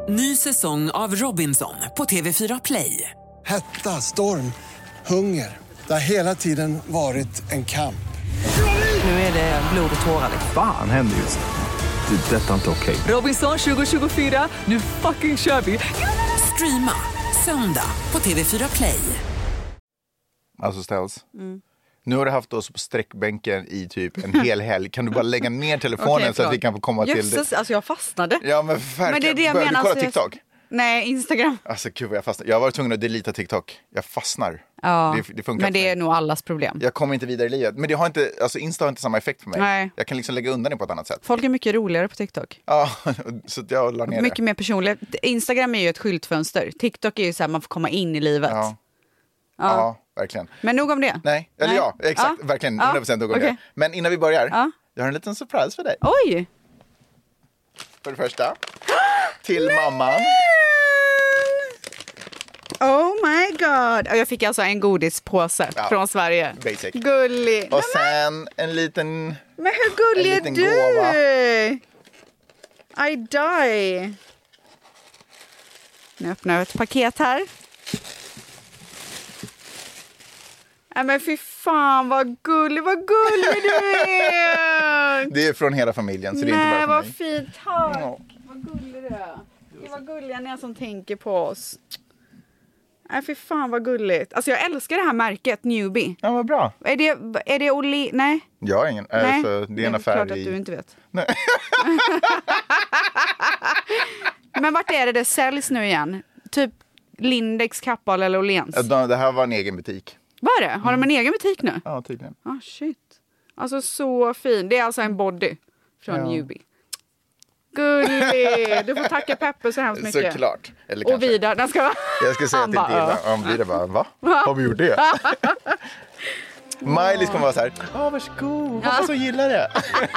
Ny säsong av Robinson på TV4 Play. Hetta, storm, hunger. Det har hela tiden varit en kamp. Nu är det blod och tårar. Fan händer just nu. Det. Detta är inte okej. Robinson 2024, nu fucking kör vi. Streama söndag på TV4 Play. Alltså Ställs. Nu har du haft oss på sträckbänken i typ en hel helg. Kan du bara lägga ner telefonen Okej, så att vi kan få komma till det? Alltså jag fastnade. Ja men verkligen. Men det är det jag Börjar menar, du kolla alltså, TikTok? Nej, Instagram. Alltså gud vad jag fastnar. Jag har varit tvungen att delita TikTok. Jag fastnar. Ja, Det funkar men det för är mig. nog allas problem. Jag kommer inte vidare i livet. Men det har inte, alltså Insta har inte samma effekt för mig. Nej. Jag kan liksom lägga undan det på ett annat sätt. Folk är mycket roligare på TikTok. Ja, så att jag la ner Mycket det. mer personliga. Instagram är ju ett skyltfönster. TikTok är ju så här man får komma in i livet. Ja, verkligen. Men nog om det. Nej, eller ja, exakt. Verkligen, 100% nog om det. Men innan vi börjar, jag har en liten surprise för dig. Oj! För det första, till mamman. Oh my god. Och jag fick alltså en godispåse från Sverige. Basic. Gullig. Och sen en liten... Men hur gullig en är liten du? gåva. I die. Nu öppnar jag ett paket här. Nej men fy fan vad gullig du är. Det är från hela familjen, så det är inte bara Nej för vad mig. fint, tack. Ja. Vad gullig du är. Det var gulliga ni är som tänker på oss. Nej fy fan vad gulligt. Alltså jag älskar det här märket, Newbie. Ja, vad bra. Är det Oli? Nej. Jag har ingen. Nej. Alltså, det är en affär klart att i... du inte vet. Nej. Men vart är det säljs nu igen? Typ Lindex, Kappahl eller Åhléns? Det här var en egen butik. Var det? Har de en egen butik nu? Ja, tydligen. Shit. Alltså så fin. Det är alltså en body från Newbie. Gullig. Du får tacka Peppe så hemskt mycket. Såklart. Eller Och kanske. Vidar. Den ska vara... Jag ska säga Han till bara, Dilla. Om Vidar bara, va? Har vi gjort det? Maj-Lis kommer vara så här, varsågod, hoppas hon gillar det.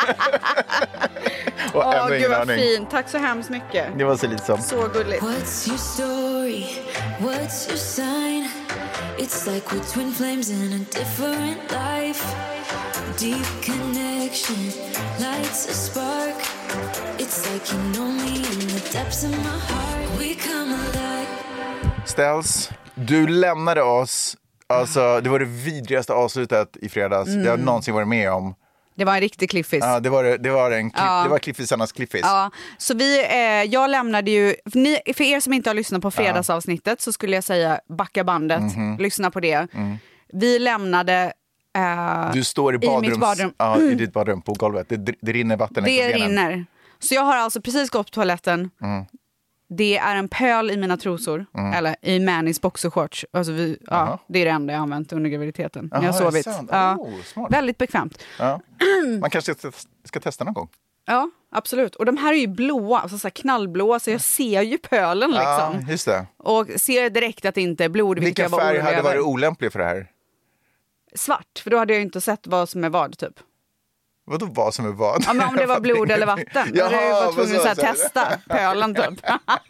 Och ändå Gud ingen vad aning. fint. Tack så hemskt mycket. Det var så lite som. Så gulligt. What's your story? What's your sign? It's like we're twin flames in a different life. Deep connection lights a spark. It's like you know me in the depths of my heart. We come alive. Ställs, du lämnade oss. Alltså, det var det vidrigaste avslutet i fredags jag någonsin varit med om. Det var en riktig cliffis. Ja, det var cliffisarnas cliffis. Ja, så jag lämnade ju, för er som inte har lyssnat på fredagsavsnittet så skulle jag säga backa bandet, lyssna på det. Vi lämnade Du står i mitt badrum. I ditt badrum på golvet. Det rinner vatten. Det rinner. Så jag har alltså precis gått på toaletten. Det är en pöl i mina trosor. Eller i Mannys boxershorts. Alltså det är det enda jag har använt under graviditeten. När jag har sovit. Smart. Väldigt bekvämt. Ja. Man kanske ska testa någon gång. Ja, absolut. Och de här är ju blåa, alltså så här knallblåa, så jag ser ju pölen liksom. Ja, just det. Och ser direkt att det inte är blod. Vilken färg hade varit olämplig för det här? Svart, för då hade jag inte sett vad som är vad typ. Vadå vad som är vad? Ja, men om det var blod eller vatten. Då hade jag var tvungen att testa pölen typ.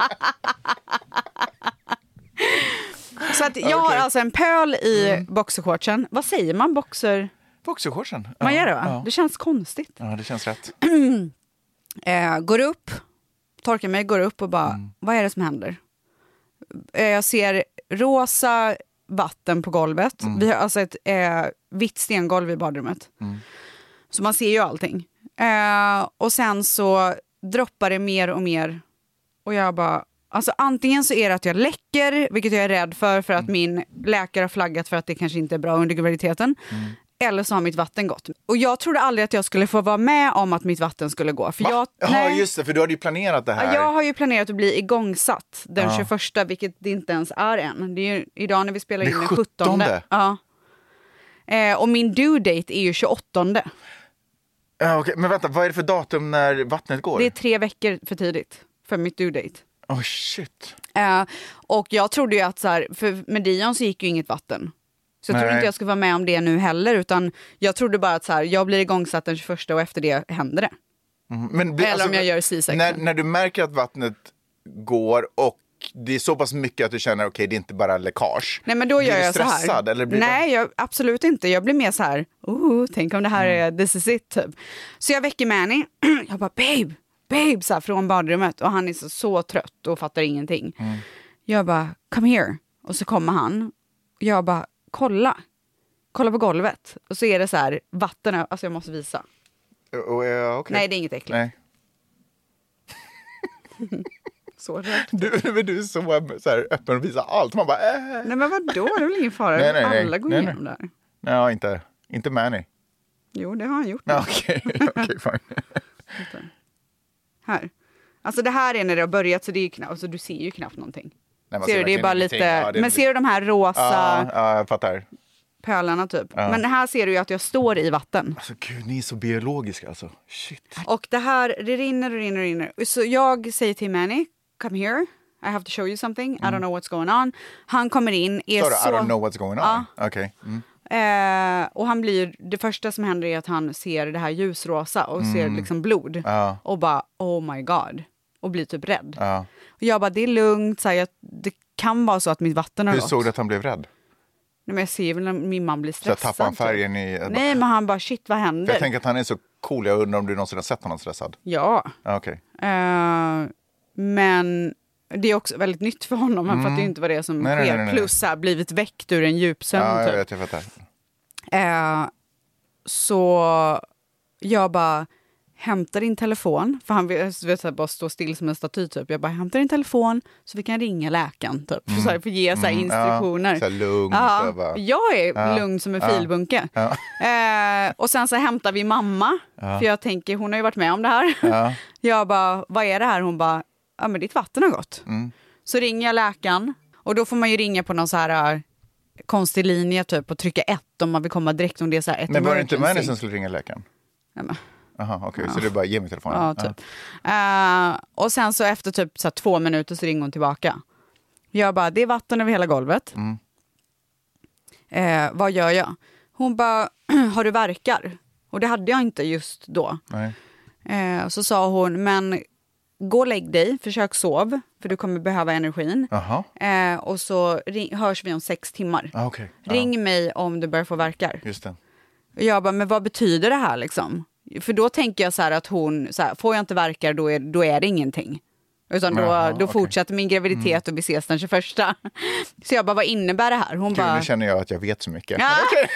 Så att jag har alltså en pöl i boxershortsen. Vad säger man? Boxershortsen? Man gör det va? Ja. Det känns konstigt. Ja, det känns rätt. Går upp, torkar mig, går upp och bara, vad är det som händer? Jag ser rosa vatten på golvet. Vi har alltså ett vitt stengolv i badrummet. Så man ser ju allting. Och sen så droppar det mer och mer. Och jag bara, alltså antingen så är det att jag läcker, vilket jag är rädd för att min läkare har flaggat för att det kanske inte är bra under graviditeten. Eller så har mitt vatten gått. Och jag trodde aldrig att jag skulle få vara med om att mitt vatten skulle gå. För Ja, just det, för du hade ju planerat det här. Jag har ju planerat att bli igångsatt den 21, vilket det inte ens är än. Det är ju idag när vi spelar in den 17. Ja. Och min due date är ju 28. Ja, okej. Men vänta, vad är det för datum när vattnet går? Det är 3 veckor för tidigt för mitt due date. Oh shit. Och jag trodde ju att så här, för med Dion så gick ju inget vatten. Så jag trodde inte jag skulle vara med om det nu heller, utan jag trodde bara att så här, jag blir igångsatt den 21 och efter det händer det. Men, eller alltså, om jag gör C-section. När du märker att vattnet går och det är så pass mycket att du känner okej, det är inte bara läckage. Nej, men då gör jag stressad, så här. Eller blir Nej, absolut inte. Jag blir mer så här, tänk om det här är this is it typ. Så jag väcker Manny. Jag bara, babe, så här, från badrummet. Och han är så trött och fattar ingenting. Jag bara, come here. Och så kommer han. Jag bara, kolla på golvet. Och så är det så här vatten, alltså jag måste visa. Okay. Nej, det är inget äckligt. Nej. Så rädd. Du är så här öppen och visar allt. Man bara, Nej, men vadå? Det är väl ingen fara. Nej. Alla går igenom där. Nej, inte Manny. Jo, det har han gjort. Okej, fine. Här. Alltså det här är när det har börjat, så det är ju knappt, alltså du ser ju knappt någonting. Nej, ser du, det är bara lite, ja, men ser du de här rosa jag fattar. pölarna typ. Men här ser du ju att jag står i vatten. Alltså gud, ni är så biologiska alltså. Shit. Och det här, det rinner. Så jag säger till Manny, come here. I have to show you something. I don't know what's going on. Han kommer in, är så... I don't know what's going on? Ja. Okej. Och han blir, det första som händer är att han ser det här ljusrosa och ser liksom blod. Och bara, oh my god. Och blir typ rädd. Och jag bara, det är lugnt. Så här, det kan vara så att mitt vatten har gått. Hur såg du att han blev rädd? Nej, men jag ser väl när min man blir stressad. Så tappar han färgen i... Nej, men han bara, shit, vad händer? För jag tänker att han är så cool. Jag undrar om du någonsin har sett honom stressad. Ja. Okej. Men det är också väldigt nytt för honom. Han fattar ju inte vad det är som sker. Nej. Plus så här, blivit väckt ur en djupsömn. Ja, jag typ. vet. Så jag bara, hämta din telefon. För han vet bara stå still som en staty typ. Jag bara, hämta din telefon så vi kan ringa läkaren typ. För att ge så här instruktioner. Så här lugnt. Jag är lugn som en filbunke. Och sen så hämtar vi mamma. För jag tänker, hon har ju varit med om det här. Jag bara, vad är det här? Hon bara, ja men ditt vatten har gått. Så ringer jag läkaren. Och då får man ju ringa på någon så här konstig linje typ och trycka 1 om man vill komma direkt, om det är så här ett men var det emergency. inte Manny som skulle ringa läkaren? Nej, men. Aha, okej. Så det är bara ge mig telefonen? Ja, typ. Och sen så efter typ så här 2 minuter så ringer hon tillbaka. Jag bara, det är vatten över hela golvet. Vad gör jag? Hon bara, har du värkar? Och det hade jag inte just då. Nej. Så sa hon, men gå och lägg dig, försök sov, för du kommer behöva energin. Och så hörs vi om 6 timmar. Okay. Ring mig om du börjar få värkar. Just det. Och jag bara, men vad betyder det här liksom? För då tänker jag så här att hon, så här, får jag inte värkar då är det ingenting. Utan då fortsätter min graviditet och vi ses den 21. Så jag bara, vad innebär det här? Hon bara, nu känner jag att jag vet så mycket. Ja.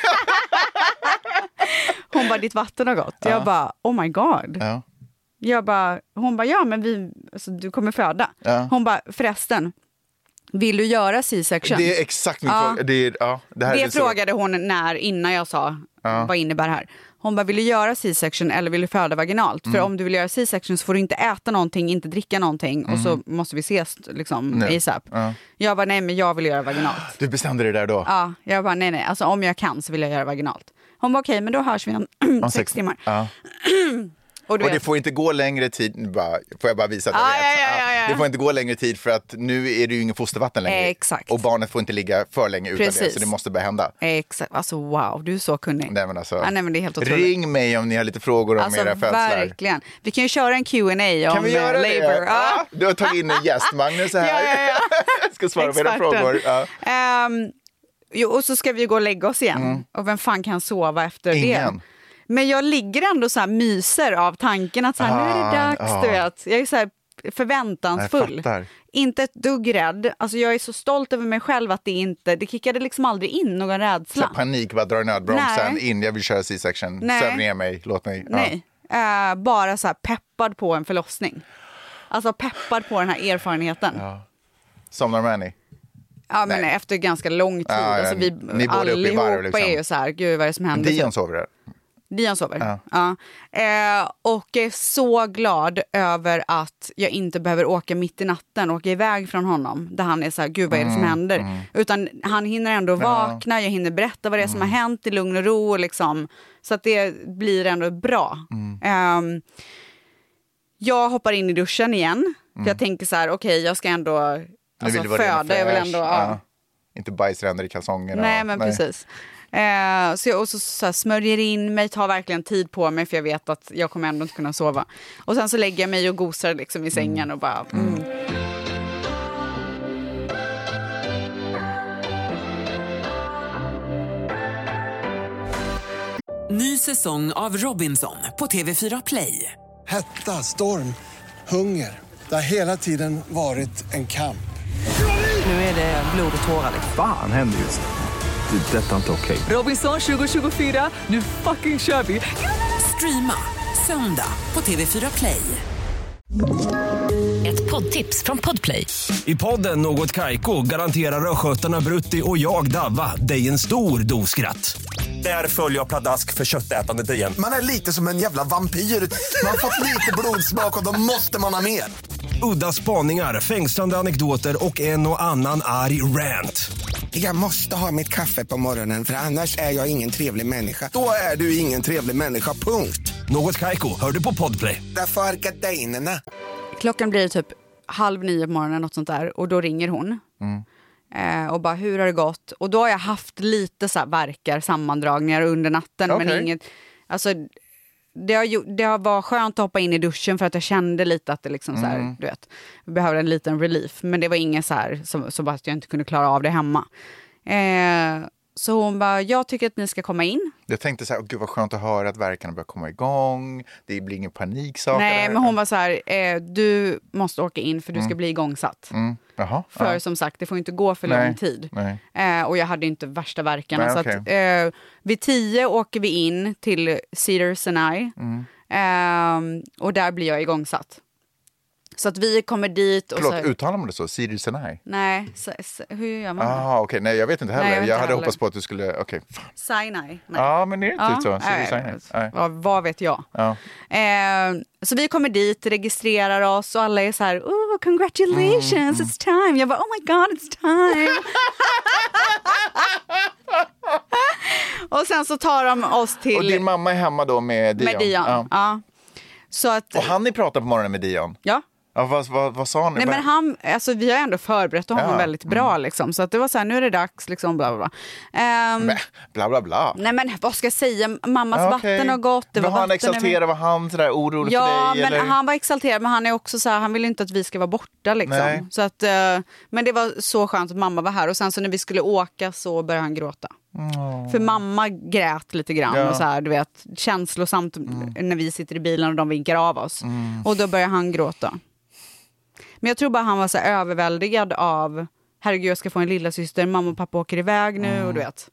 Hon bara, ditt vatten har gått. Jag bara, oh my god. Hon bara, ja men alltså, du kommer föda. Hon bara, förresten, vill du göra C-section? Det är exakt min fråga. Det frågade hon innan jag sa, vad innebär det här? Hon bara, vill du göra C-section eller vill du föda vaginalt? För om du vill göra C-section så får du inte äta någonting, inte dricka någonting. Och så måste vi ses liksom ASAP. Jag bara, nej men jag vill göra vaginalt. Du bestämde det där då? Ja, jag bara, nej. Alltså om jag kan så vill jag göra vaginalt. Hon bara, okej, men då hörs vi om 6 timmar. Och det får inte gå längre tid, får jag bara visa att jag vet. Det får inte gå längre tid för att nu är det ju ingen fostervatten längre. Exakt. Och barnet får inte ligga för länge utan det, så det måste börja hända. Exakt, alltså wow, du är så kunnig. Nej men alltså, nej, men det är helt otroligt. Ring mig om ni har lite frågor om era födslar. Verkligen. Vi kan ju köra en Q&A om kan vi göra labor. Det? Ja, du har tagit in en gäst, Magnus här. Ska svara på era frågor. Jo, och så ska vi gå och lägga oss igen. Och vem fan kan sova efter det? Men jag ligger ändå så här myser av tanken att så här, nu är det dags, du vet. Jag är så här förväntansfull. Inte ett dugg rädd. Alltså jag är så stolt över mig själv att det kickade liksom aldrig in någon rädsla. Så panik, bara dra nödbromsen in, jag vill köra C-section. Söv ner mig, låt mig. Nej, bara så här peppad på en förlossning. Alltså peppad på den här erfarenheten. Somnar Manny? Ja, men efter ganska lång tid. Alltså vi allihopa liksom. Är ju så här, gud vad är det som händer? Dion sover där. Dion sover. Och är så glad över att jag inte behöver åka mitt i natten och åka iväg från honom. Där han är så här, gud vad är det som händer? Utan han hinner ändå vakna, jag hinner berätta vad det är som har hänt i lugn och ro. Liksom. Så att det blir ändå bra. Jag hoppar in i duschen igen. För jag tänker så här, okej, jag ska ändå föda. Jag vill ändå, inte bajsränder i kalsongerna. Nej, men precis. Så jag så här, smörjer in mig, tar verkligen tid på mig för jag vet att jag kommer ändå inte kunna sova. Och sen så lägger jag mig och gosar liksom i sängen och bara... Ny säsong av Robinson på TV4 Play. Hetta, storm, hunger. Det har hela tiden varit en kamp. Nu är det blod och tårar. Fan händer just det. Det är detta inte okej. Robinson 2024, nu fucking kör vi! Streama söndag på TV4 Play. Ett poddtips från Podplay. I podden Något Kaiko garanterar östgötarna Brutti och jag Davva dig en stor dos skratt. Där följer jag pladask för köttätandet igen. Man är lite som en jävla vampyr. Man har fått lite blodsmak och då måste man ha mer. Udda spaningar, fängslande anekdoter och en och annan arg rant. Jag måste ha mitt kaffe på morgonen för annars är jag ingen trevlig människa. Då är du ingen trevlig människa, punkt. Något Kaiko, hör du på Podplay. Därför är gardinerna. Klockan blir typ 8:30 på morgonen, något sånt där. Och då ringer hon. Och bara, hur har det gått? Och då har jag haft lite så här värkar, sammandragningar under natten. Okay. Men inget, alltså det var skönt att hoppa in i duschen för att jag kände lite att det liksom så här, du vet, behövde en liten relief. Men det var inget så här som att jag inte kunde klara av det hemma. Så hon bara, jag tycker att ni ska komma in. Jag tänkte så här, gud vad skönt att höra att verkarna börjar komma igång. Det blir ingen paniksak. Nej, men hon var så här, du måste åka in för du ska bli igångsatt. Jaha, För som sagt, det får inte gå för lång tid. Och jag hade inte värsta verkarna. Nej, så att, vid 10 åker vi in till Cedars-Sinai. Och där blir jag igångsatt. Så att vi kommer dit och förlåt, så... uttalar man det så? Cedars-Sinai? Nej, hur gör man det? Okej. Nej, jag vet inte heller. Nej, jag hade hoppats på att du skulle... Okej. Sinai. Nej. Ja, men det är inte så. Cedars-Sinai. Ja, vad vet jag. Ja. Så vi kommer dit, registrerar oss och alla är så här, oh, congratulations, it's time. Jag bara, oh my god, it's time. Och sen så tar de oss till... Och din mamma är hemma då med Dion? Med Dion, ja. Så att... Och han ni pratar på morgonen med Dion? Ja. Ja, vad sa ni? Nej, men han, alltså, vi har ändå förberett honom väldigt bra. Liksom, så att det var så här, nu är det dags. Liksom, bla, bla, bla. Bla, bla, bla. Nej, men vad ska jag säga? Mammas vatten har gått. Det var han exalterad? Var han sådär orolig för dig? Ja, men eller? han var exalterad. Men han är också så här, han vill inte att vi ska vara borta. Liksom. Så att, men det var så skönt att mamma var här. Och sen så när vi skulle åka så började han gråta. För mamma grät lite grann och så här, du vet, känslosamt när vi sitter i bilen och de vinkar av oss. Och då börjar han gråta. Men jag tror bara han var så här överväldigad av, herregud, jag ska få en lilla syster, mamma och pappa åker iväg nu och du vet.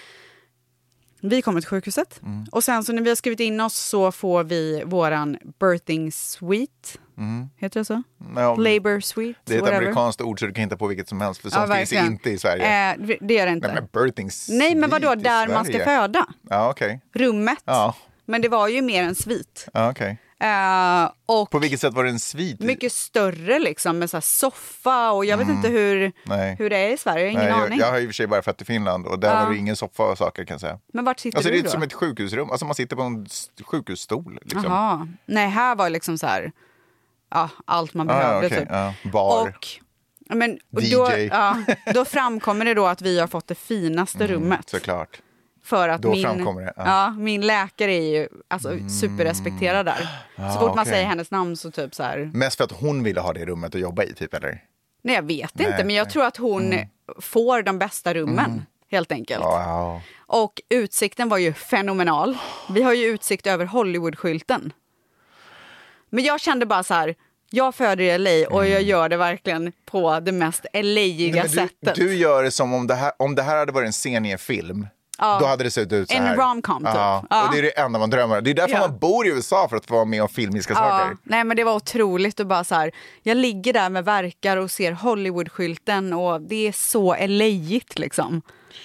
Vi kommer till sjukhuset och sen så när vi har skrivit in oss så får vi våran birthing suite. Heter det så? Ja, Labor suite. det är ett whatever. amerikanskt ord så du kan hitta på vilket som helst. För sånt finns inte i Sverige. Det gör det inte. Nej, men birthing suite. Nej, men vadå, där i man ska Sverige? föda. Ja, okej. Rummet. Ja. Men det var ju mer en svit. Ja, okej. Och på vilket sätt var det en svit? mycket större liksom, med så här soffa och jag vet inte hur det är i Sverige, jag har ingen aning. Jag har i och för sig bara fött i Finland och där var det ingen soffa och saker kan jag säga. Men vart sitter alltså, du det är då? som ett sjukhusrum, alltså man sitter på en sjukhusstol. Liksom. Jaha. Nej, här var liksom så här, allt man behövde okay. typ. Bar. Och, men, DJ. då framkommer det då att vi har fått det finaste rummet. Såklart. För att då framkommer det. min läkare är ju alltså, superrespekterad där. Så fort man säger hennes namn så typ så här... Mest för att hon ville ha det rummet att jobba i typ, eller? Nej, jag vet inte, men jag tror att hon får de bästa rummen, helt enkelt. Wow. Och utsikten var ju fenomenal. Vi har ju utsikt över Hollywood-skylten. Men jag kände bara så här, jag föder i LA och jag gör det verkligen på det mest LA-iga sättet. Du gör det som om det här hade varit en scen i en film. Då hade det sett ut så här. En romcom typ. Och det är det enda man drömmer om. Det är därför man bor i USA, för att få vara med om filmiska saker. Nej, men det var otroligt och bara så här, jag ligger där med verkar och ser Hollywood-skylten och det är så LA-igt liksom.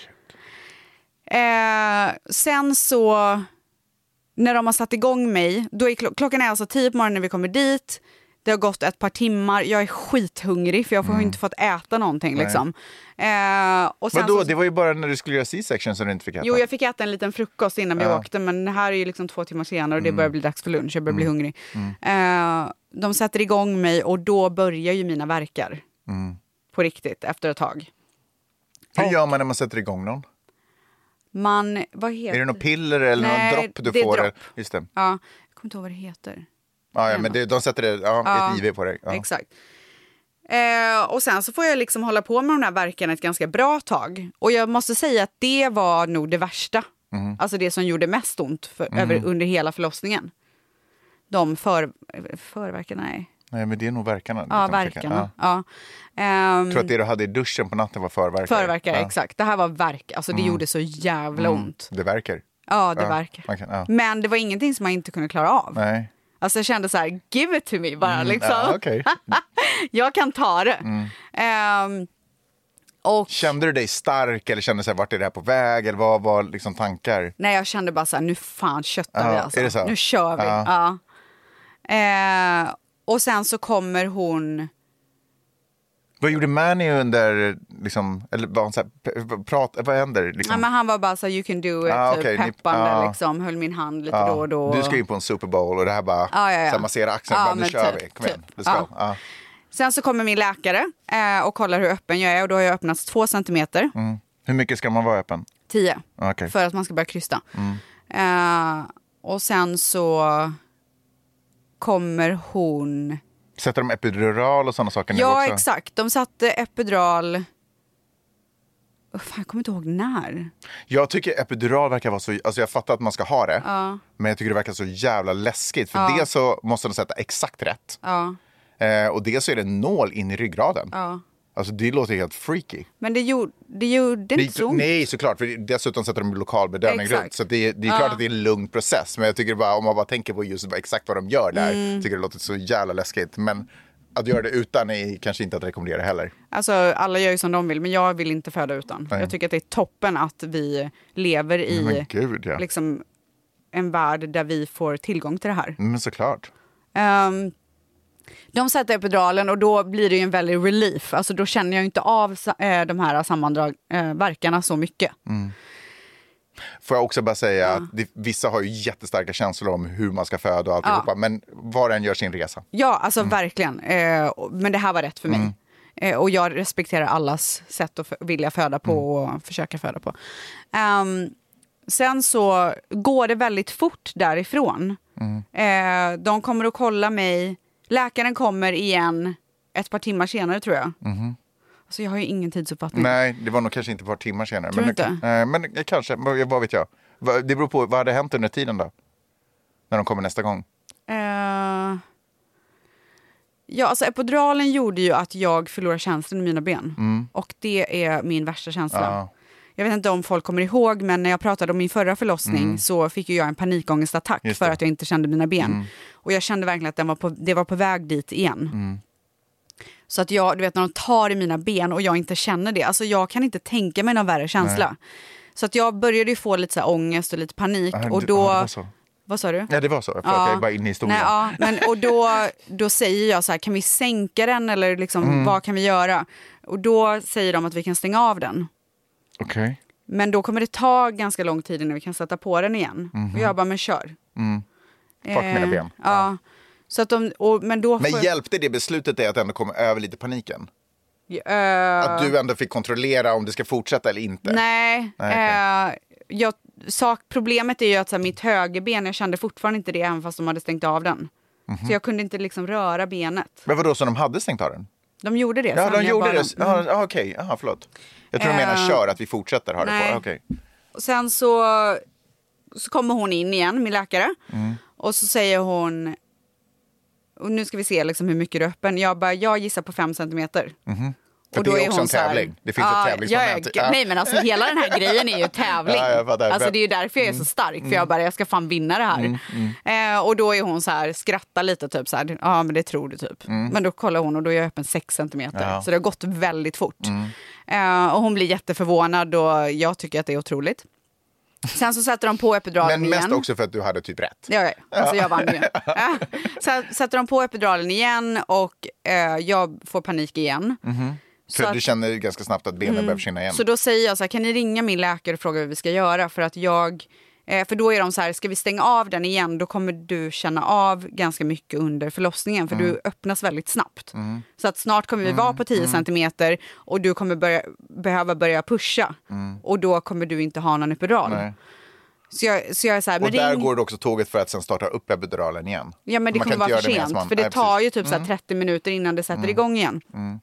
Sen så när de har satt igång mig, då är klockan är alltså 10 på morgonen när vi kommer dit. Det har gått ett par timmar. Jag är skithungrig för jag har inte fått äta någonting liksom. Och sen då? Det var ju bara när du skulle göra C-section som du inte fick äta. Jo, jag fick äta en liten frukost innan vi åkte, men här är ju liksom 2 timmar senare och det börjar bli dags för lunch. Jag börjar bli hungrig. De sätter igång mig och då börjar ju mina verkar. På riktigt, efter ett tag. Hur gör man när man sätter igång någon? Vad heter Är det något piller eller någon dropp du får? Dropp. Just det. Ja, jag kommer inte ihåg vad det heter. Ja, men de sätter ett IV på dig. Ja. Exakt. Och sen så får jag liksom hålla på med de här verkarna ett ganska bra tag. Och jag måste säga att det var nog det värsta. Alltså det som gjorde mest ont under hela förlossningen. De förverkarna, nej. Nej, men det är nog verkarna. Ja, verkarna. Ja. Jag tror att det du hade i duschen på natten var förverkare. Förverkare, exakt. Det här var verk. Alltså det gjorde så jävla ont. Det verkar. Ja, det verkar. Men det var ingenting som man inte kunde klara av. Nej. Alltså jag kände så här, give it to me bara liksom. Ja, okay. Jag kan ta det. Och kände du dig stark eller kände du så här, vart är det här på väg? Eller vad var liksom tankar? Nej, jag kände bara så här, nu fan köttar vi alltså. Är det så? Nu kör vi. Ja. Och sen så kommer hon... Vad gjorde Manny under, liksom, eller var han så här, vad händer? Liksom? Ja, men han var bara så här, you can do it, typ, peppande, liksom, höll min hand lite då och då. Du ska in på en Super Bowl och det här bara, så här, massera axeln, bara, nu kör vi, kom igen, let's go. Sen så kommer min läkare och kollar hur öppen jag är och då har jag öppnats 2 centimeter. Hur mycket ska man vara öppen? 10, okay. För att man ska börja krysta. Och sen så kommer hon... Sätter de epidural och sådana saker nu också? Ja, exakt. De satte epidural... Jag kommer inte ihåg när. Jag tycker epidural verkar vara så... Alltså jag fattar att man ska ha det. Men jag tycker det verkar så jävla läskigt. För det så måste de sätta exakt rätt. Och det så är det en nål in i ryggraden. Alltså det låter helt freaky. Men det gjorde inte så ont. Nej, såklart. För dessutom sätter de lokal bedövning runt. Så det är klart att det är en lugn process. Men jag tycker bara, om man bara tänker på just exakt vad de gör där, tycker det låter så jävla läskigt. Men att göra det utan är kanske inte att rekommendera heller. Alltså alla gör ju som de vill, men jag vill inte föda utan. Nej. Jag tycker att det är toppen att vi lever i liksom, en värld där vi får tillgång till det här. Men såklart. De sätter epiduralen och då blir det ju en väldig relief. Alltså då känner jag inte av de här verkarna så mycket. Får jag också bara säga att vissa har ju jättestarka känslor om hur man ska föda och alltihopa. Men var en gör sin resa. Ja, alltså verkligen. Men det här var rätt för mig. Och jag respekterar allas sätt att vilja föda på och försöka föda på. Sen så går det väldigt fort därifrån. De kommer att kolla mig. Läkaren kommer igen ett par timmar senare tror jag. Alltså jag har ju ingen tidsuppfattning. Nej, det var nog kanske inte ett par timmar senare. Tror inte? Men kanske, vad vet jag. Det beror på, vad hade hänt under tiden då? När de kommer nästa gång? Ja, alltså epiduralen gjorde ju att jag förlorar känslan i mina ben. Och det är min värsta känsla. Jag vet inte om folk kommer ihåg, men när jag pratade om min förra förlossning så fick ju jag en panikångestattack för att jag inte kände mina ben. Och jag kände verkligen att det var på väg dit igen. Så att jag, du vet när de tar i mina ben och jag inte känner det. Alltså jag kan inte tänka mig någon värre känsla. Nej. Så att jag började ju få lite så här ångest och lite panik. Och då... Vad sa du? Ja, det var så. Jag är bara inne i historien. Nej, men, och då säger jag så här, kan vi sänka den eller liksom, vad kan vi göra? Och då säger de att vi kan stänga av den. Okay. Men då kommer det ta ganska lång tid innan vi kan sätta på den igen. Och jag bara, men kör. Fuck mina ben. Ja. Så att men hjälpte det beslutet dig att ändå komma över lite paniken? Att du ändå fick kontrollera om det ska fortsätta eller inte? Nej. Problemet är ju att så här, mitt högerben, jag kände fortfarande inte det även fast de hade stängt av den. Så jag kunde inte liksom röra benet. Men vadå, så de hade stängt av den? De gjorde det. Ja, de gjorde det. Okej. Förlåt. Jag tror de menar kör att vi fortsätter ha det på. Okay. Och sen så kommer hon in igen, min läkare. Och så säger hon, och nu ska vi se liksom hur mycket du är öppen. Jag gissar på 5 centimeter. För och då det är också en tävling. Det finns ett tävlingsmoment. Nej, men alltså hela den här grejen är ju tävling. Alltså det är ju därför jag är så stark. För jag ska fan vinna det här. Och då är hon så här, skrattar lite typ så här. Ja, men det tror du typ. Men då kollar hon och då är jag öppen 6 centimeter. Så det har gått väldigt fort. Och hon blir jätteförvånad och jag tycker att det är otroligt. Sen så sätter de på epiduralen igen. Men mest också för att du hade typ rätt. Ja. Alltså jag vann ju. Så sätter de på epiduralen igen och jag får panik igen. För du känner ganska snabbt att benen behöver försvinna igen. Så då säger jag så här, kan ni ringa min läkare och fråga vad vi ska göra? För att för då är de så här, ska vi stänga av den igen? Då kommer du känna av ganska mycket under förlossningen. För du öppnas väldigt snabbt. Så att snart kommer vi vara på 10 centimeter. Och du kommer behöva börja pusha. Och då kommer du inte ha någon epidural. Nej. Så jag är så här, och där går det också tåget för att sen starta upp epiduralen igen. Ja, men det kommer vara för sent. För det tar ju typ så här 30 minuter innan det sätter igång igen.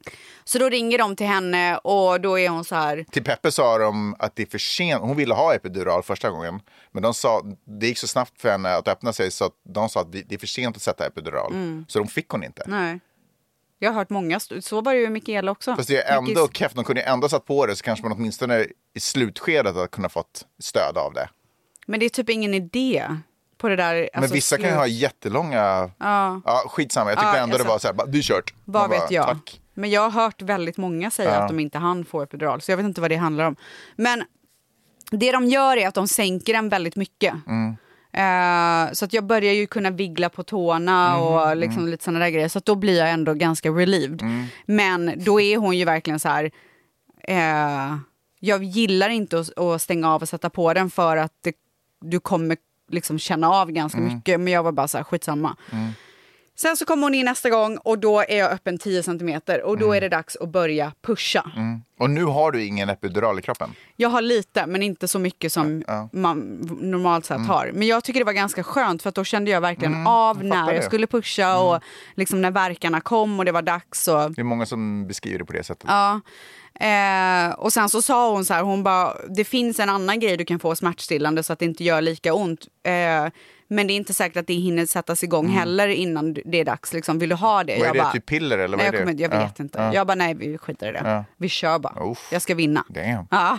Så då ringer de till henne och då är hon så här... Till Peppe sa de att det är för sent. Hon ville ha epidural första gången. Men de sa, det gick så snabbt för henne att öppna sig så att de sa att det är för sent att sätta epidural. Så de fick hon inte. Nej. Jag har hört många, så var det ju Mikaela också. Fast det är ändå keft, de kunde ju ändå satt på det så kanske man åtminstone i slutskedet att kunna fått stöd av det. Men det är typ ingen idé på det där. Men vissa kan ju ha jättelånga... Ja, skitsamma. Jag tyckte ändå det var så här, det är kört. Vad vet jag. Tack. Men jag har hört väldigt många säga att de inte hann få epidural. Så jag vet inte vad det handlar om. Men det de gör är att de sänker den väldigt mycket. Så att jag börjar ju kunna viggla på tårna och liksom lite sådana där grejer. Så att då blir jag ändå ganska relieved. Men då är hon ju verkligen så här... jag gillar inte att stänga av och sätta på den för att du kommer liksom känna av ganska mycket. Men jag var bara så här, skitsamma. Sen så kommer hon in nästa gång och då är jag öppen 10 centimeter. Och då är det dags att börja pusha. Och nu har du ingen epidural i kroppen? Jag har lite, men inte så mycket som man normalt sett har. Men jag tycker det var ganska skönt för att då kände jag verkligen av när jag skulle pusha och liksom när verkarna kom och det var dags. Och... Det är många som beskriver det på det sättet. Ja. Och sen så sa hon så här, hon bara, det finns en annan grej du kan få smärtstillande så att det inte gör lika ont. Men det är inte säkert att det hinner sättas igång heller innan det är dags. Liksom, vill du ha det? Vad är jag det, bara, typ piller eller vad är det? Jag vet inte. Jag bara, nej, vi skiter i det. Vi kör bara. Jag ska vinna. Damn. Ja.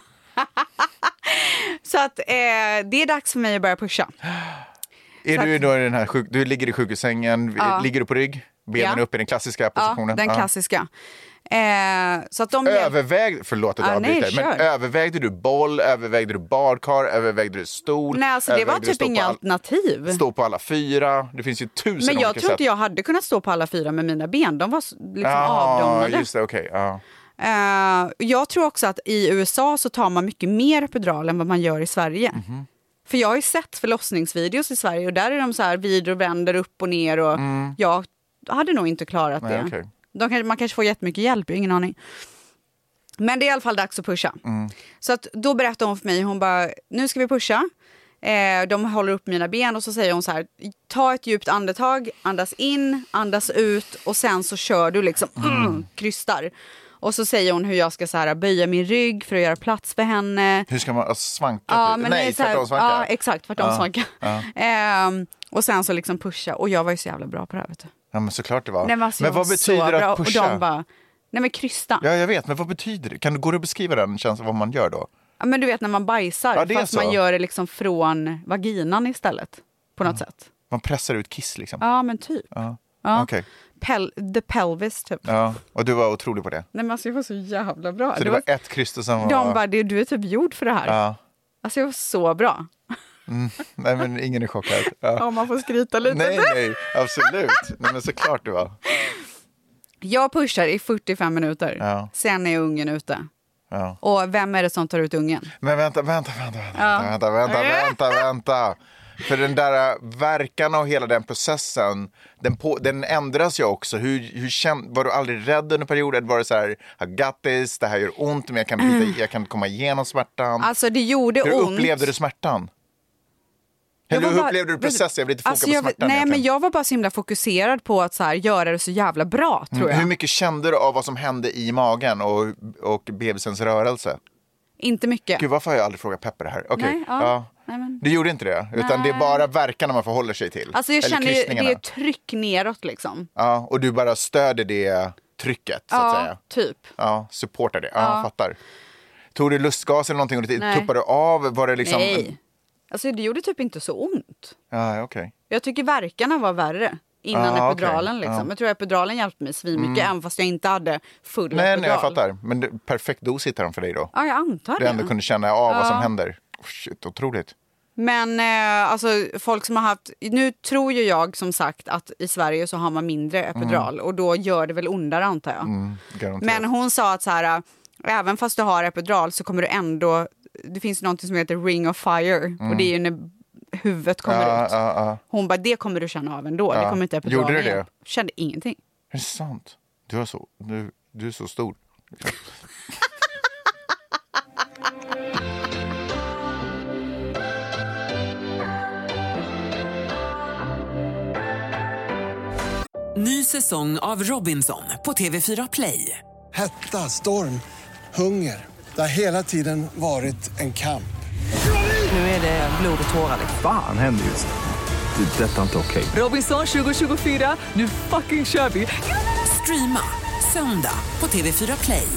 Så att det är dags för mig att börja pusha. Är du då i den här du ligger i sjukhussängen, ligger du på rygg? Benen upp i den klassiska positionen? Ja, den klassiska. Så att övervägde du boll, övervägde du badkar, övervägde du stol? Nej, alltså det var typ inga alternativ. Stå på alla 4, det finns ju 1000 Men jag tror inte jag hade kunnat stå på alla 4 med mina ben, de var liksom avdomnade. Just det, okej. Jag tror också att i USA så tar man mycket mer epidural än vad man gör i Sverige. För jag har ju sett förlossningsvideos i Sverige och där är de så här vidare och vänder upp och ner och jag hade nog inte klarat det. Okay. Man kanske får jättemycket hjälp, ingen aning. Men det är i alla fall dags att pusha. Så att då berättar hon för mig, hon bara, nu ska vi pusha. De håller upp mina ben och så säger hon så här, ta ett djupt andetag, andas in, andas ut och sen så kör du liksom krystar. Och så säger hon hur jag ska så här, böja min rygg för att göra plats för henne. Hur ska man svanka? Ja, men nej, tvärtom svanka. Ja, exakt, tvärtom svanka. Och sen så liksom pusha. Och jag var ju så jävla bra på det här, vet du. Ja, men såklart det var. Nej, men alltså, men vad betyder det att pusha? Och de bara, nej men krysta. Ja, jag vet, men vad betyder det? Går du att beskriva den känslan, vad man gör då? Ja, men du vet när man bajsar, fast så. man gör det liksom från vaginan istället. På något sätt. Man pressar ut kiss liksom? Ja, men typ. Ja. Okay. The pelvis typ. Ja, och du var otrolig på det. Nej men alltså jag var så jävla bra. Så det var ett kryss som var... De bara, du är typ gjord för det här. Ja. Alltså jag var så bra. Nej men ingen är chockad. Ja, man får skryta lite. Nej, absolut. Nej men såklart det var. Jag pushar i 45 minuter. Ja. Sen är ungen ute. Ja. Och vem är det som tar ut ungen? Men vänta. För den där verkan och hela den processen, den ändras ju också. Var du aldrig rädd under perioden? Var det så här, I got this, det här gör ont, men jag kan komma igenom smärtan? Alltså det gjorde ont. Hur upplevde du smärtan? Eller hur upplevde du processen? Jag vill inte foka på smärtan. Nej, egentligen. Men jag var bara så himla fokuserad på att så här, göra det så jävla bra, tror jag. Hur mycket kände du av vad som hände i magen och bebisens rörelse? Inte mycket. Gud, varför har jag aldrig frågat Pepper det här? Okay. Nej, men... Du gjorde inte det? Utan det är bara verkan man förhåller sig till? Alltså jag känner det är tryck neråt liksom. Ja, och du bara stöder det trycket, så att säga? Typ. Ja, supportar det. Ja, fattar. Tog du lustgas eller någonting och tuppade av? Var det liksom... Nej. Alltså det gjorde typ inte så ont. Ja, okej. Jag tycker verkarna var värre innan epiduralen liksom. Jag tror epiduralen hjälpte mig svinmycket även fast jag inte hade full epidural. Nej, jag fattar. Men perfekt dos hittar de för dig då. Ja, jag antar det. Du ändå kunde känna av vad som händer. Shit, otroligt. Men alltså folk som har haft, nu tror ju jag som sagt att i Sverige så har man mindre epidural och då gör det väl ondare, antar jag. Men hon sa att så här, även fast du har epidural så kommer du ändå, det finns något som heter ring of fire och det är ju när huvudet kommer ut. Hon bara, det kommer du känna av ändå. Det kommer inte epidural. Gjorde du det? Kände ingenting. Är det sant? Du är så stor. Ny säsong av Robinson på TV4 Play. Hetta, storm, hunger. Det har hela tiden varit en kamp. Nu är det blod och tårar. Fan händer just det. Detta är inte okej. Robinson 2024, nu fucking kör vi! Streama söndag på TV4 Play.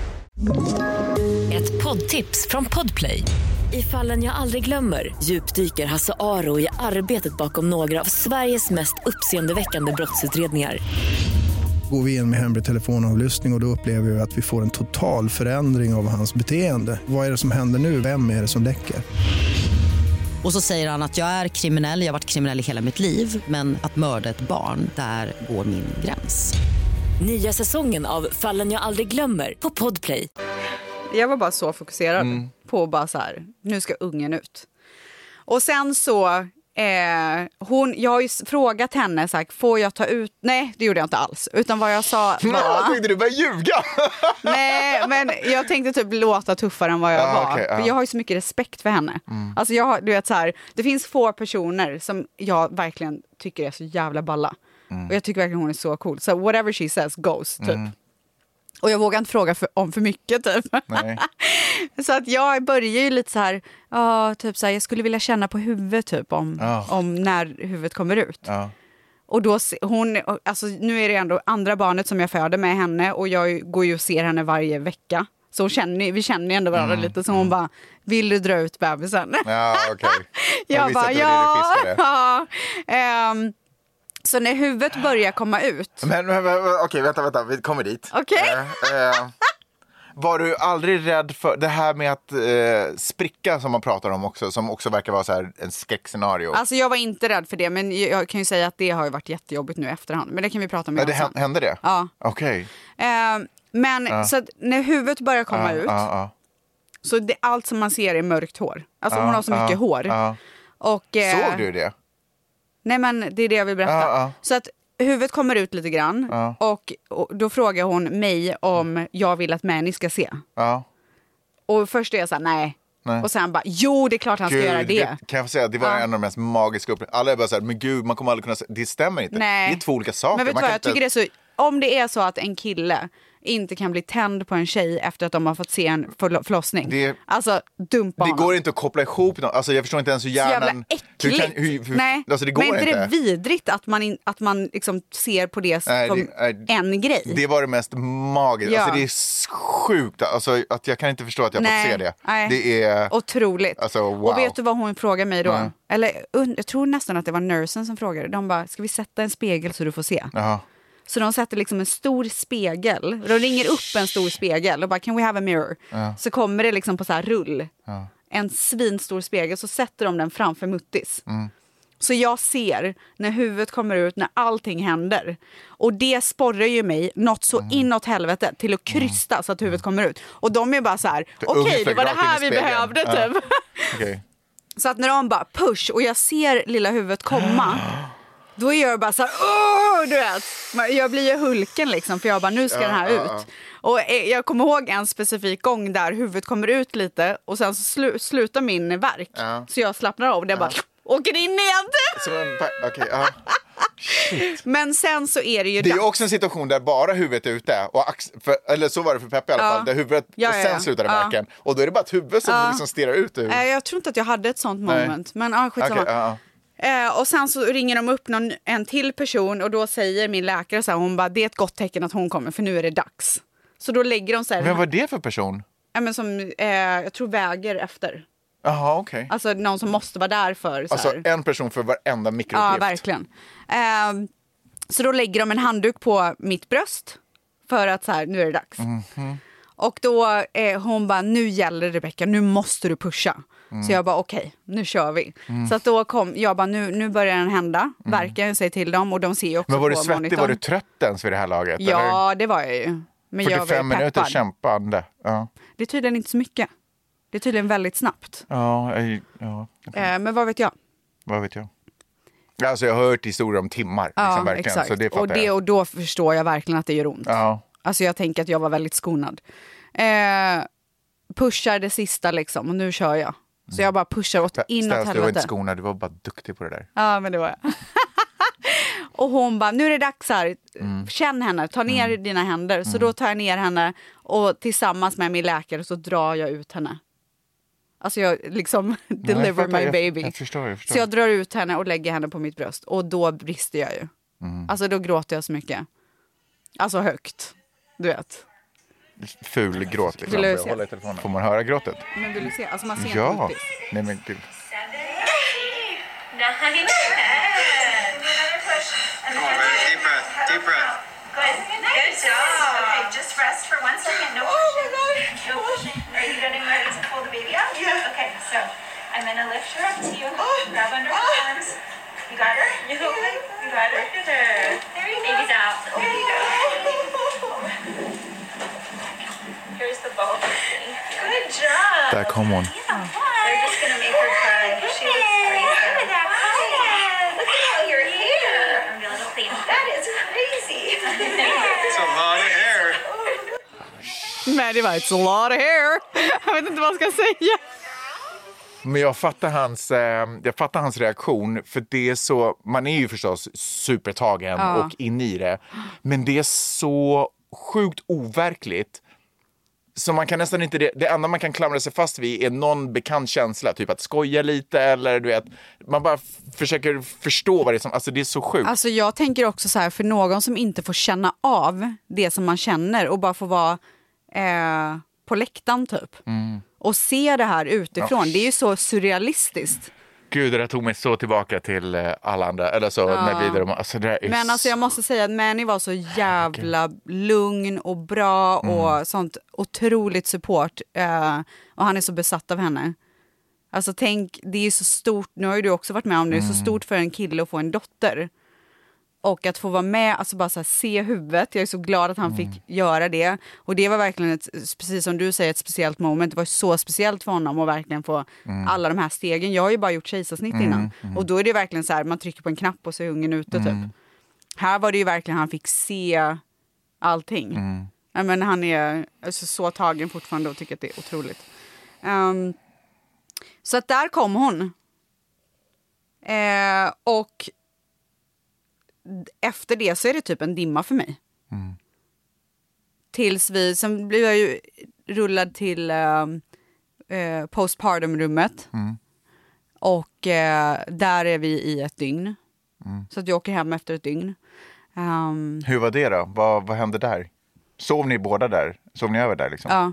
Ett poddtips från Podplay. I Fallen jag aldrig glömmer djupdyker Hasse Aro i arbetet bakom några av Sveriges mest uppseendeväckande brottsutredningar. Går vi in med hemlig telefonavlyssning och då upplever vi att vi får en total förändring av hans beteende. Vad är det som händer nu? Vem är det som läcker? Och så säger han att jag är kriminell, jag har varit kriminell i hela mitt liv. Men att mörda ett barn, där går min gräns. Nya säsongen av Fallen jag aldrig glömmer på Podplay. Jag var bara så fokuserad på bara så här, nu ska ungen ut. Och sen så, jag har ju frågat henne så här, får jag ta ut, nej det gjorde jag inte alls. Utan vad jag sa var... Jag tänkte du började ljuga. Nej, men jag tänkte typ låta tuffare än vad jag var. Okay, för jag har ju så mycket respekt för henne. Alltså du vet så här, det finns få personer som jag verkligen tycker är så jävla balla. Och jag tycker verkligen hon är så cool. Så whatever she says goes, typ. Och jag vågar inte fråga om för mycket, typ. Nej. Så att jag börjar ju lite så här, typ så här, jag skulle vilja känna på huvudet typ om när huvudet kommer ut. Och då alltså nu är det ändå andra barnet som jag föder med henne och jag går ju och ser henne varje vecka. Så vi känner ju ändå varandra lite, så hon bara, vill du dra ut bebisen? Ja, okej. Jag bara, så när huvudet börjar komma ut... Men okej, vänta, vi kommer dit. Okej. Var du aldrig rädd för det här med att spricka som man pratar om också, som också verkar vara så här en skräckscenario? Alltså jag var inte rädd för det, men jag kan ju säga att det har ju varit jättejobbigt nu i efterhand. Men det kan vi prata om sen. Hände det? Ja. Okej. Så att när huvudet börjar komma ut, så allt som man ser är mörkt hår. Alltså hon har så mycket hår. Och, såg du det? Nej, men det är det jag vill berätta. Så att huvudet kommer ut lite grann och då frågar hon mig om jag vill att Manny ska se. Och först är jag så här, nej. Och sen bara, jo det är klart han ska göra det. Kan jag få säga, det var en av de mest magiska upplevelserna. Alla är bara så här, men gud, man kommer aldrig kunna det stämmer inte. Nej. Det är två olika saker. Men vet du vad, jag tycker det är så, om det är så att en kille inte kan bli tänd på en tjej efter att de har fått se en förlossning. Alltså, dumpa det går inte att koppla ihop något. Alltså, jag förstår inte ens hur hjärnan... Så jävla äckligt. Nej, alltså, det går men inte inte. Det vidrigt att man liksom ser på det som en grej. Det var det mest magiska. Ja. Alltså, det är sjukt. Alltså, att jag kan inte förstå att jag fått se det. Nej. Det är... Otroligt. Alltså, wow. Och vet du vad hon frågade mig då? Eller, jag tror nästan att det var nursen som frågade. De bara, ska vi sätta en spegel så du får se? Jaha. Så de sätter liksom en stor spegel. De ringer upp en stor spegel och bara, can we have a mirror? Så kommer det liksom på så här rull. En svinstor spegel, så sätter de den framför muttis. Så jag ser när huvudet kommer ut, när allting händer. Och det sporrar ju mig något så inåt helvete till att krysta så att huvudet kommer ut. Och de är bara så här, okej, det var det här vi behövde typ. Okay. Så att när de bara push och jag ser lilla huvudet komma... Då gör jag bara så här, du vet. Jag blir ju Hulken liksom, för jag bara, nu ska den här ut. Och jag kommer ihåg en specifik gång där huvudet kommer ut lite och sen så slutar min verk. Så jag slappnar av och det bara åker in igen. Men sen så är det ju det är också en situation där bara huvudet är ute och eller så var det för Peppe i alla fall, där huvudet och sen slutade verken. Och då är det bara ett huvud som liksom stirrar ut. Jag tror inte att jag hade ett sånt moment. Men skitsamma. Och sen så ringer de upp en till person och då säger min läkare så här, hon bara, det är ett gott tecken att hon kommer för nu är det dags. Så då lägger de så här. Men vad är det för person? Men som jag tror väger efter. Jaha, okej. Alltså någon som måste vara där för så alltså här. En person för varenda mikrouppgift. Ja, verkligen. Så då lägger de en handduk på mitt bröst för att så här, nu är det dags. Och då hon bara, nu gäller det, Rebecca, nu måste du pusha. Så jag bara, okej, nu kör vi. Så att då kom, jag bara, nu börjar den hända. Verkar säga till dem och de ser ju också. Men var du på svettig, monitorn. var du trött ens vid det här laget? Ja, eller? Det var jag ju. Men 45 jag var minuter peppad. kämpande. Ja. Det är tydligen inte så mycket. Det är tydligen väldigt snabbt. Men vad vet jag? Vad vet jag? Alltså jag har hört historier om timmar. Ja, liksom, verkligen. exakt. Så det och då förstår jag verkligen att det gör ont. Ja. Alltså jag tänker att jag var väldigt skonad. Pushar det sista liksom och nu kör jag. Så jag bara pushar inåt helvete. Du var inte skonad, du var bara duktig på det där. Ja, men det var jag. Och hon bara, nu är det dags här. Känn henne, ta ner dina händer. Så då tar jag ner henne och tillsammans med min läkare så drar jag ut henne. Alltså jag liksom deliver my baby. Jag förstår. Så jag drar ut henne och lägger henne på mitt bröst. Och då brister jag ju. Alltså då gråter jag så mycket. Alltså högt, du vet. Ful gråt liksom. Får man höra gråtet? Men vill du se? Alltså man ser ja. inte. Nej men gud. Deep breath. Good job. Okay, just rest for 1 second. No pushing. No pushing. Are you getting ready to pull the baby out? Yeah. Okay, so I'm going to lift her up to you. Grab under her arms. You got her? You got her? Look at her. There you go. Baby's out. There you go. Here's the ball. Good job. Där kom hon. They're just going to make her cry. She looks great. Look at all your hair. That is crazy. It's a lot of hair. Men det var ett lot of hair. Jag vet inte vad jag ska säga. Men jag fattar hans reaktion, för det är så, man är ju förstås supertagen och in i det, men det är så sjukt overkligt. Så man kan nästan inte, det enda man kan klamra sig fast vid är någon bekant känsla, typ att skoja lite eller du vet, man bara försöker förstå vad det är som, alltså det är så sjukt. Alltså jag tänker också så här, för någon som inte får känna av det som man känner och bara får vara på läktaren typ. Och se det här utifrån, det är ju så surrealistiskt. Gud, det där tog mig så tillbaka till alla andra, eller så när vidare. Alltså, det är men alltså jag måste säga att Manny var så jävla lugn och bra och sånt otroligt support. Och han är så besatt av henne. Alltså tänk, det är så stort, nu har ju du också varit med om det, det är så stort för en kille att få en dotter. Och att få vara med, alltså bara så här, se huvudet. Jag är så glad att han fick göra det. Och det var verkligen, precis som du säger, ett speciellt moment. Det var så speciellt för honom att verkligen få alla de här stegen. Jag har ju bara gjort kejsarsnitt innan. Och då är det verkligen så här, man trycker på en knapp och så är ungen ute typ. Här var det ju verkligen, han fick se allting. Ja, men han är alltså så tagen fortfarande och tycker att det är otroligt. Så att där kom hon. Och efter det så är det typ en dimma för mig. Tills sen blev jag ju rullad till postpartum-rummet. Och där är vi i ett dygn. Så att jag åker hem efter ett dygn. Hur var det då? Vad hände där? Sov ni båda där? Sov ni över där liksom? Ja.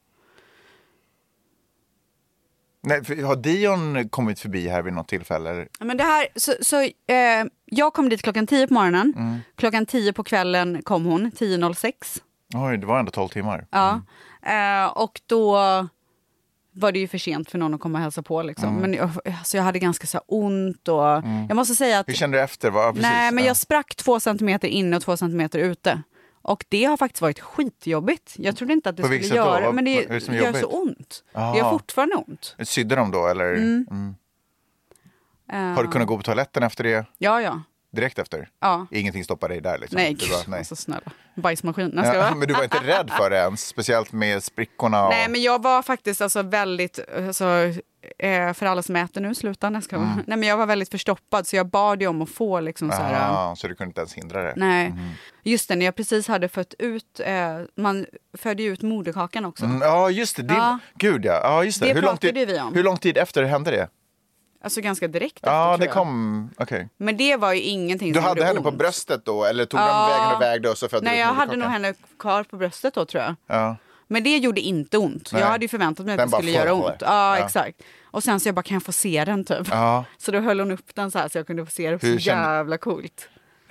Nej, har Dion kommit förbi här vid något tillfälle? Men det här, jag kom dit 10:00 på morgonen. 10:00 på kvällen kom hon, 10:06. Oj, det var ändå 12 timmar. Ja, och då var det ju för sent för någon att komma och hälsa på. Liksom. Men jag hade ganska så ont och jag måste säga att... Hur kände du efter? Nej, men jag sprack 2 centimeter inne och 2 centimeter ute. Och det har faktiskt varit skitjobbigt. Jag trodde inte att det skulle göra, men det gör så ont. Det gör fortfarande ont. Sydde de då, eller? Har du kunnat gå på toaletten efter det? Ja. Direkt efter? Ja. Ingenting stoppar dig där liksom? Nej, så snälla. Bajsmaskin. Men du var inte rädd för det ens? Speciellt med sprickorna? Nej, men jag var faktiskt alltså väldigt... för alla som äter nu, sluta. Nej, men jag var väldigt förstoppad, så jag bad ju om att få liksom så här... Så du kunde inte ens hindra det? Nej. Just det, när jag precis hade fött ut... man födde ju ut moderkakan också. Ja, just det. Gud, ja. Ja, just det. Det pratade vi om. Hur lång tid efter hände det? Alltså ganska direkt efter, ja, tror det kom... Okej. Men det var ju ingenting du som hade henne ont på bröstet då? Eller tog de vägen och vägde och så födde Nej, jag hade nog henne kvar på bröstet då, tror jag. Ja. Men det gjorde inte ont. Nej. Jag hade ju förväntat mig att det skulle göra ont. Ja, exakt. Och sen så jag bara, kan jag få se den typ? Ja. Så då höll hon upp den så här så jag kunde få se det. Så jävla coolt.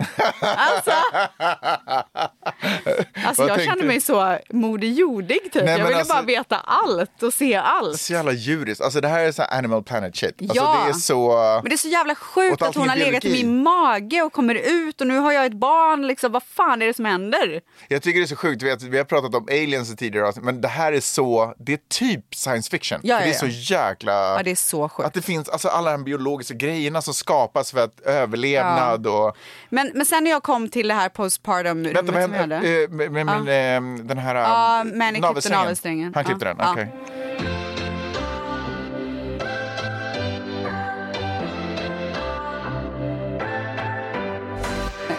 Alltså jag kände mig så modejordig typ. Nej, jag ville bara veta allt och se allt. Så jävla djuriskt. Alltså det här är så Animal Planet shit. Alltså, ja. Det är så... Men det är så jävla sjukt att hon har legat i min mage och kommer ut och nu har jag ett barn liksom. Vad fan är det som händer? Jag tycker det är så sjukt. Vi har pratat om aliens tidigare, men det här är så, det är typ science fiction. Ja. Det är så jäkla... Ja, det är så sjukt. Att det finns alltså alla de biologiska grejerna som skapas för att överlevnad och... Men sen när jag kom till det här postpartum-rummet som jag hade... den här navelsträngen. Han klippte den, okej.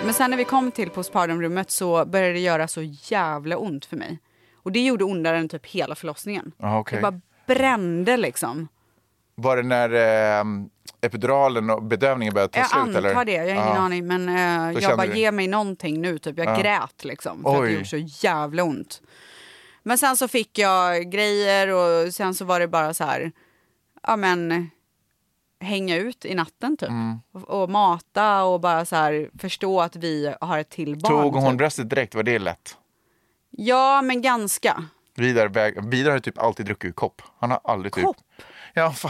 Men sen när vi kom till postpartumrummet så började det göra så jävla ont för mig. Och det gjorde ondare än typ hela förlossningen. Okay. Det bara brände liksom. Var det när epiduralen och bedövningen började ta slut? Jag antar det, jag har ingen aning. Men jag bara, ge mig någonting nu. Typ. Jag grät liksom. För att det gjorde så jävla ont. Men sen så fick jag grejer och sen så var det bara så här... Ja men... hänga ut i natten typ. Och mata och bara så här förstå att vi har ett till barn. Tog hon typ. bröstet direkt? Var det lätt? Ja, men ganska. Vidare har typ alltid druckit ur kopp. Han har aldrig typ... Ja, för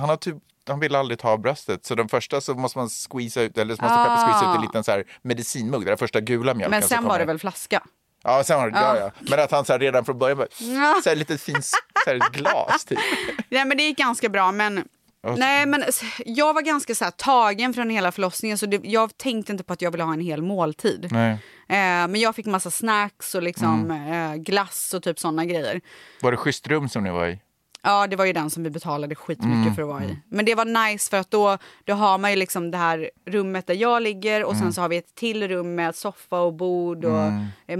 han vill aldrig ta bröstet. Så den första så måste man squeeza ut, eller så måste Peppa squeeza ut en liten så här medicinmugg. Det är första gula mjölken. Men sen var det väl flaska? Ja, sen var det, ja. Men att han så här, redan från början så här lite fint så här, glas typ. Nej, men det gick ganska bra, men... Nej, men jag var ganska så här, tagen från hela förlossningen, så jag tänkte inte på att jag ville ha en hel måltid. Nej. Men jag fick massa snacks och liksom glass och typ sådana grejer. Var det schysst rum som ni var i? Ja, det var ju den som vi betalade skitmycket för att vara i. Men det var nice för att då har man ju liksom det här rummet där jag ligger och sen så har vi ett till rum med soffa och bord och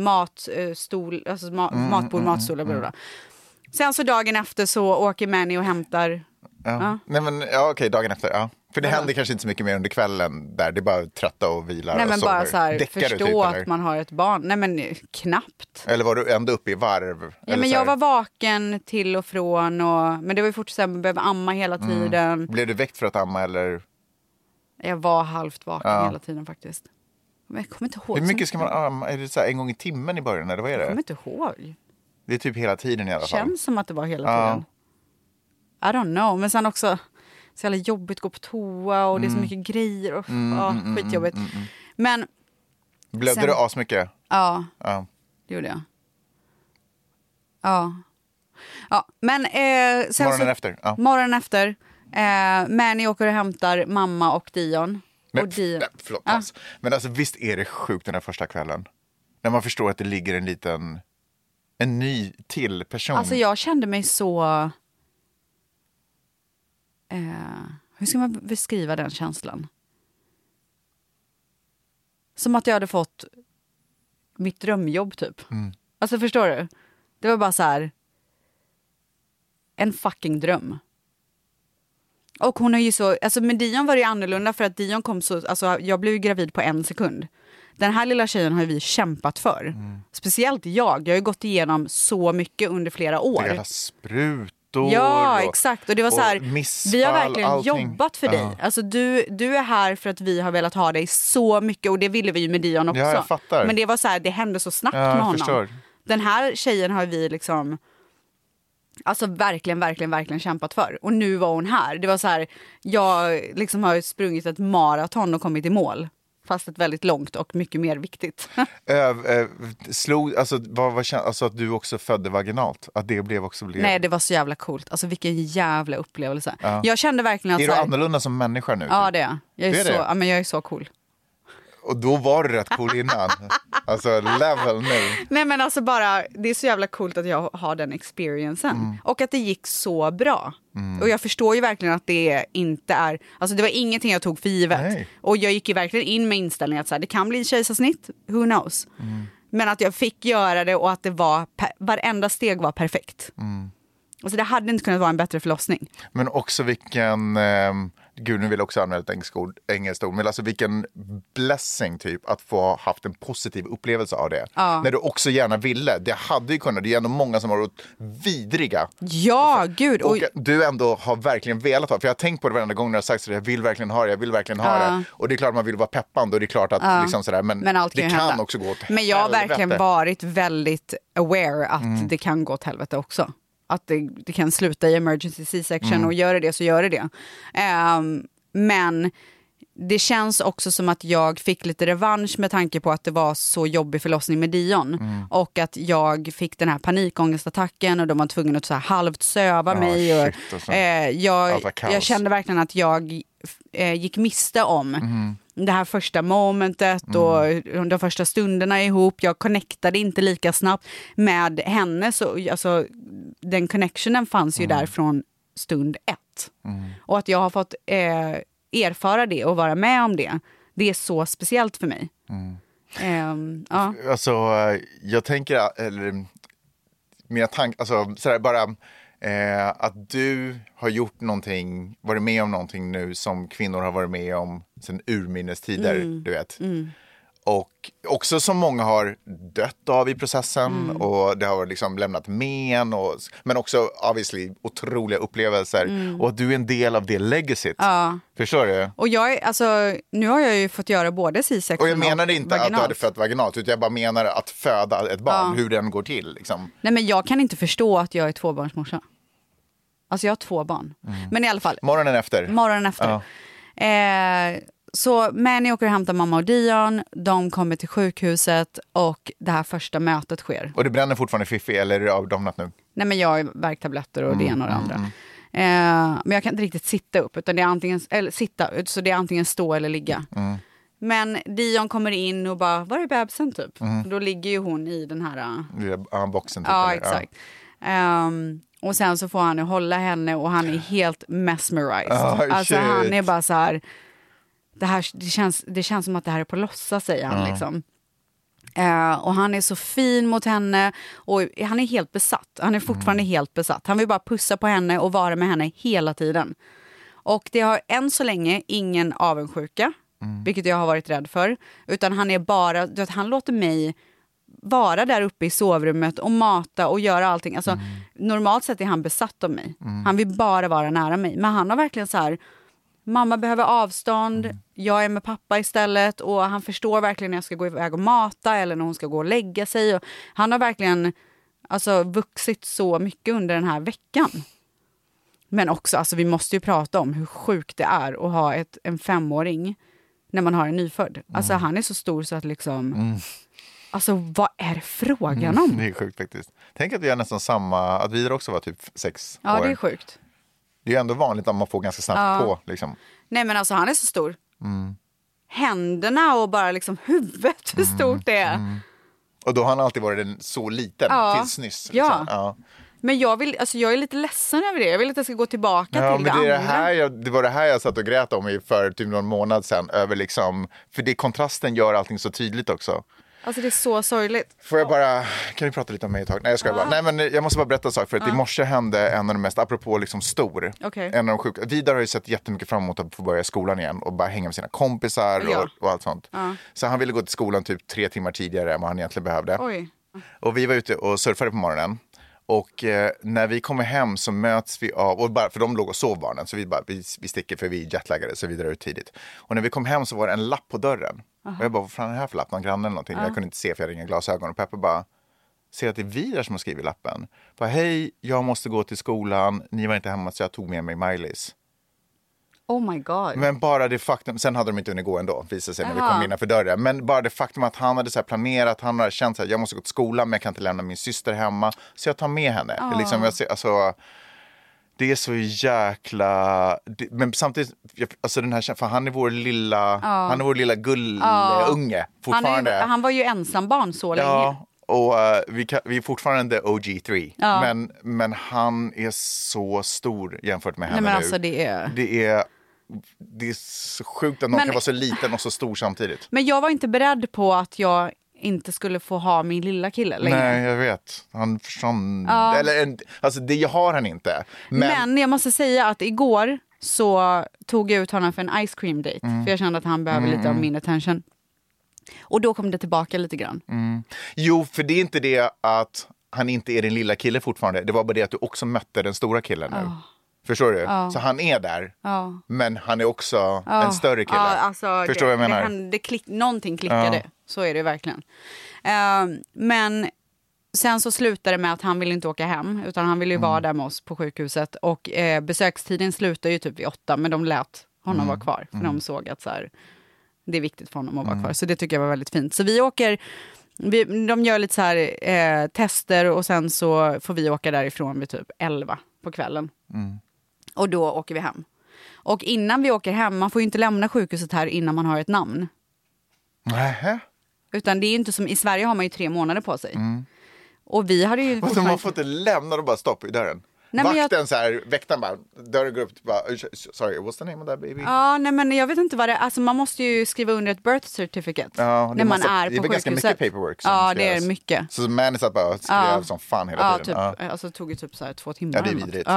matstol, alltså matbord, matstolar och bla. Sen så dagen efter så åker Manny och hämtar... Ja. Nej, men okej, dagen efter. Ja. För det händer kanske inte så mycket mer under kvällen där. Det är bara trötta och vilar. Nej, men och sover. bara så här, förstå typ, att man har ett barn. Nej, men knappt. Eller var du ändå uppe i varv? Ja, men jag var vaken till och från. Men det var ju fortfarande man behöver amma hela tiden. Blev du väckt för att amma eller? Jag var halvt vaken hela tiden faktiskt. Men jag kommer inte ihåg. Hur mycket ska man amma? Är det så här en gång i timmen i början? Eller vad är det? Jag kommer inte ihåg. Det är typ hela tiden i alla fall. Känns som att det var hela tiden. I don't know. Men sen också så jävla jobbigt att gå på toa och det är så mycket grejer och skitjobbigt. Men blödde du asmycket? Ja. Det gjorde jag. Ja, men sen morgonen efter. Ja. Morgonen efter. Manny åker och hämtar mamma och Dion. Men, förlåt, men alltså visst är det sjukt den här första kvällen? När man förstår att det ligger en ny till person. Alltså jag kände mig så... hur ska man beskriva den känslan? Som att jag hade fått mitt drömjobb typ. Alltså förstår du? Det var bara så här en fucking dröm. Och hon är ju så, alltså med Dion var det annorlunda för att Dion kom så, alltså jag blev gravid på 1 sekund. Den här lilla tjejen har ju vi kämpat för. Speciellt jag har ju gått igenom så mycket under flera år. Det är sprut. Ja, exakt. Och det var så här, missfall, vi har verkligen allting. jobbat för dig. Alltså du är här för att vi har velat ha dig så mycket. Och det ville vi ju med Dion också. Ja, jag fattar. Men det var så här, det hände så snabbt med honom. Förstår. Den här tjejen har vi liksom... Alltså verkligen kämpat för. Och nu var hon här. Det var så här, jag liksom har sprungit ett maraton och kommit i mål. Fast ett väldigt långt och mycket mer viktigt. Alltså att du också födde vaginalt? Att det blev också... Nej, det var så jävla coolt. Alltså vilken jävla upplevelse. Jag kände verkligen att... Är du annorlunda som människa nu? Ja, det är jag. Jag är så cool. Och då var du rätt cool innan. Alltså level nu. Nej, men alltså bara, det är så jävla coolt att jag har den experiencen. Och att det gick så bra. Och jag förstår ju verkligen att det inte är... Alltså det var ingenting jag tog för givet. Nej. Och jag gick ju verkligen in med inställningen att så här, det kan bli kejsarsnitt, who knows. Men att jag fick göra det och att det var... Varenda steg var perfekt. Alltså det hade inte kunnat vara en bättre förlossning. Men också vilken... Gud, nu vill jag också använda ett engelskt ord. Men alltså vilken blessing typ att få haft en positiv upplevelse av det. När du också gärna ville. Det hade ju kunnat. Det är ändå många som har varit vidriga. Ja, gud. Och du ändå har verkligen velat ha. För jag har tänkt på det varenda gång när jag har sagt så. Jag vill verkligen ha det. Jag vill verkligen ha det. Och det är klart man vill vara peppande. Och det är klart att liksom sådär. Men allt det kan också gå åt helvete. Men jag har verkligen varit väldigt aware att det kan gå åt helvete också. Att det kan sluta i emergency C-section och gör det så gör det. Men det känns också som att jag fick lite revansch med tanke på att det var så jobbig förlossning med Dion. Och att jag fick den här panikångestattacken och de var tvungna att så här halvt söva mig. Och, jag kände verkligen att jag gick miste om det här första momentet och de första stunderna ihop. Jag connectade inte lika snabbt med henne. Så, alltså, den connectionen fanns ju där från stund 1. Och att jag har fått erfara det och vara med om det Det är så speciellt för mig. Ja. Alltså, jag tänker, eller mina tankar, alltså sådär bara att du har gjort någonting, varit med om någonting nu som kvinnor har varit med om sedan urminnes tider, du vet. Och också som många har dött av i processen och det har liksom lämnat men men också obviously otroliga upplevelser och att du är en del av det legacyt. Ja. Förstår du? Och nu har jag ju fått göra både C-section och jag menar inte vaginalt. att du hade fött vaginalt, utan jag bara menar att föda ett barn, hur den går till liksom. Nej, men jag kan inte förstå att jag är tvåbarnsmorsa. Alltså jag har 2 barn. Men i alla fall. Morgonen efter. Ja. Så Manny åker och hämtar mamma och Dion. De kommer till sjukhuset och det här första mötet sker. Och det bränner fortfarande fiffi eller är det avdomnat nu? Nej, men jag har värktabletter och det ena och det andra. Men jag kan inte riktigt sitta upp, utan det är antingen, eller sitta, så det är antingen stå eller ligga. Men Dion kommer in och bara, var är bebisen typ? Då ligger ju hon i den här boxen typ. Ja, exakt. Och sen så får han hålla henne och han är helt mesmerized. Alltså han är bara så här, det känns som att det här är på låtsas, säger han liksom. Och han är så fin mot henne och han är helt besatt. Han är fortfarande helt besatt. Han vill bara pussa på henne och vara med henne hela tiden. Och det har än så länge ingen avundsjuka, vilket jag har varit rädd för. Utan han är bara, han låter mig vara där uppe i sovrummet och mata och göra allting. Alltså, normalt sett är han besatt av mig. Han vill bara vara nära mig. Men han har verkligen så här, mamma behöver avstånd, jag är med pappa istället. Och han förstår verkligen när jag ska gå iväg och mata eller när hon ska gå och lägga sig. Och han har verkligen vuxit så mycket under den här veckan. Men också, vi måste ju prata om hur sjukt det är att ha en 5-åring när man har en nyfödd. Alltså han är så stor så att liksom... Alltså vad är frågan om? Det är sjukt faktiskt. Tänk att vi har nästan samma, att vi också var typ 6 år. Ja, det är sjukt. Det är ju ändå vanligt att man får ganska snabbt på liksom. Nej, men alltså han är så stor. Händerna och bara liksom huvudet, hur stort det är. Och då har han alltid varit så liten tills nyss. Liksom. Ja. Men jag är lite ledsen över det. Jag vill att jag ska gå tillbaka till men det andra. Det var det här jag satt och grät om för typ någon månad sedan. Över liksom, för det kontrasten gör allting så tydligt också. Alltså det är så sorgligt. Får jag bara, kan vi prata lite om mig ett tag? Nej, jag ska bara. Nej, men jag måste bara berätta en sak. För att i morse hände en av de mest, apropå liksom stor. En av de sjuka. Vidar har ju sett jättemycket fram emot att få börja skolan igen. Och bara hänga med sina kompisar och allt sånt. Så han ville gå till skolan typ 3 timmar tidigare än vad han egentligen behövde. Oj. Och vi var ute och surfade på morgonen. Och när vi kommer hem så möts vi av, och bara, för de låg och sov barnen, så vi sticker för vi är jetlaggade, så vi drar ut tidigt. Och när vi kom hem så var det en lapp på dörren. Och jag bara, vad fan är det här för lapp? Någon granne eller någonting? Jag kunde inte se för jag hade inga glasögon. Och Peppa bara, ser att det är Vidar som har skrivit lappen. Bara, hej, jag måste gå till skolan. Ni var inte hemma så jag tog med mig Miley's. Oh my god. Men bara det faktum, sen hade de inte hunnit gå ändå, visade sig när vi kom innanför dörren. Men bara det faktum att han hade så här planerat, han hade känt att jag måste gå till skolan men jag kan inte lämna min syster hemma. Så jag tar med henne. Liksom, det är så jäkla... Men samtidigt, alltså den här, för han är vår lilla gullunge fortfarande. Han var ju ensambarn så länge. Ja, och vi är fortfarande OG3. Men han är så stor jämfört med henne nu. Alltså det är så sjukt att någon kan vara så liten och så stor samtidigt. Men jag var inte beredd på att jag inte skulle få ha min lilla kille längre. Nej, jag vet. Han försvann. Alltså det har han inte. Men jag måste säga att igår så tog jag ut honom för en ice cream date. För jag kände att han behöver lite av min attention. Och då kom det tillbaka lite grann. Jo, för det är inte det att han inte är din lilla kille fortfarande. Det var bara det att du också mötte den stora killen nu. Förstår du? Så han är där. Men han är också en större kille. Alltså, förstår du vad jag menar? Någonting klickade. Så är det verkligen. Men sen så slutade det med att han ville inte åka hem. Utan han ville ju vara där med oss på sjukhuset. Och besökstiden slutar ju typ vid 8. Men de lät honom vara kvar. För de såg att så här, det är viktigt för honom att vara kvar. Så det tycker jag var väldigt fint. Så vi åker... de gör lite så här tester. Och sen så får vi åka därifrån vid typ 11 på kvällen. Och då åker vi hem. Och innan vi åker hem, man får ju inte lämna sjukhuset här innan man har ett namn. Nähä? Utan det är ju inte som, i Sverige har man ju 3 månader på sig. Och vi hade ju... De har fått lämna och bara stoppa i dörren. Vakten så här, väktaren bara, dörren går upp bara, sorry, what's the name of that baby? Ja, nej men jag vet inte vad det är. Alltså man måste ju skriva under ett birth certificate när man är på sjukhuset. Det är ganska mycket paperwork. Ja, det är mycket. Så man satt bara skrev som fan hela tiden. Typ, alltså det tog ju typ så här 2 timmar. Ja, det är vidrigt.